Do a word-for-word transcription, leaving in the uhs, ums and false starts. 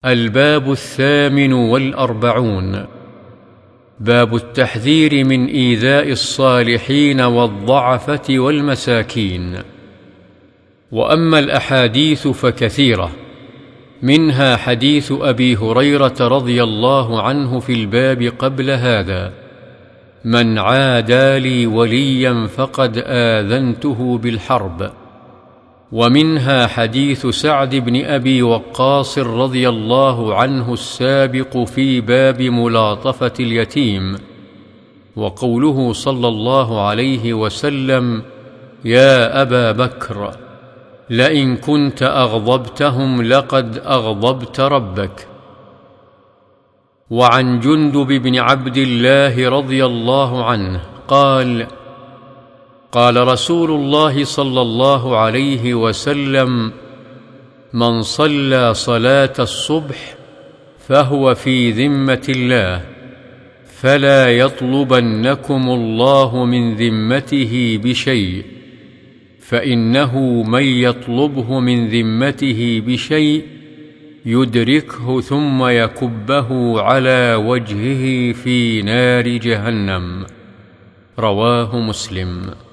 الباب الثامن والأربعون. باب التحذير من إيذاء الصالحين والضعفة والمساكين. وأما الأحاديث فكثيرة، منها حديث أبي هريرة رضي الله عنه في الباب قبل هذا: من عادى لي وليا فقد آذنته بالحرب. ومنها حديث سعد بن أبي وقاص رضي الله عنه السابق في باب ملاطفة اليتيم، وقوله صلى الله عليه وسلم: يا أبا بكر، لئن كنت أغضبتهم لقد أغضبت ربك. وعن جندب بن عبد الله رضي الله عنه قال: قال رسول الله صلى الله عليه وسلم: من صلى صلاة الصبح فهو في ذمة الله، فلا يطلبنكم الله من ذمته بشيء، فإنه من يطلبه من ذمته بشيء يدركه ثم يكبه على وجهه في نار جهنم. رواه مسلم.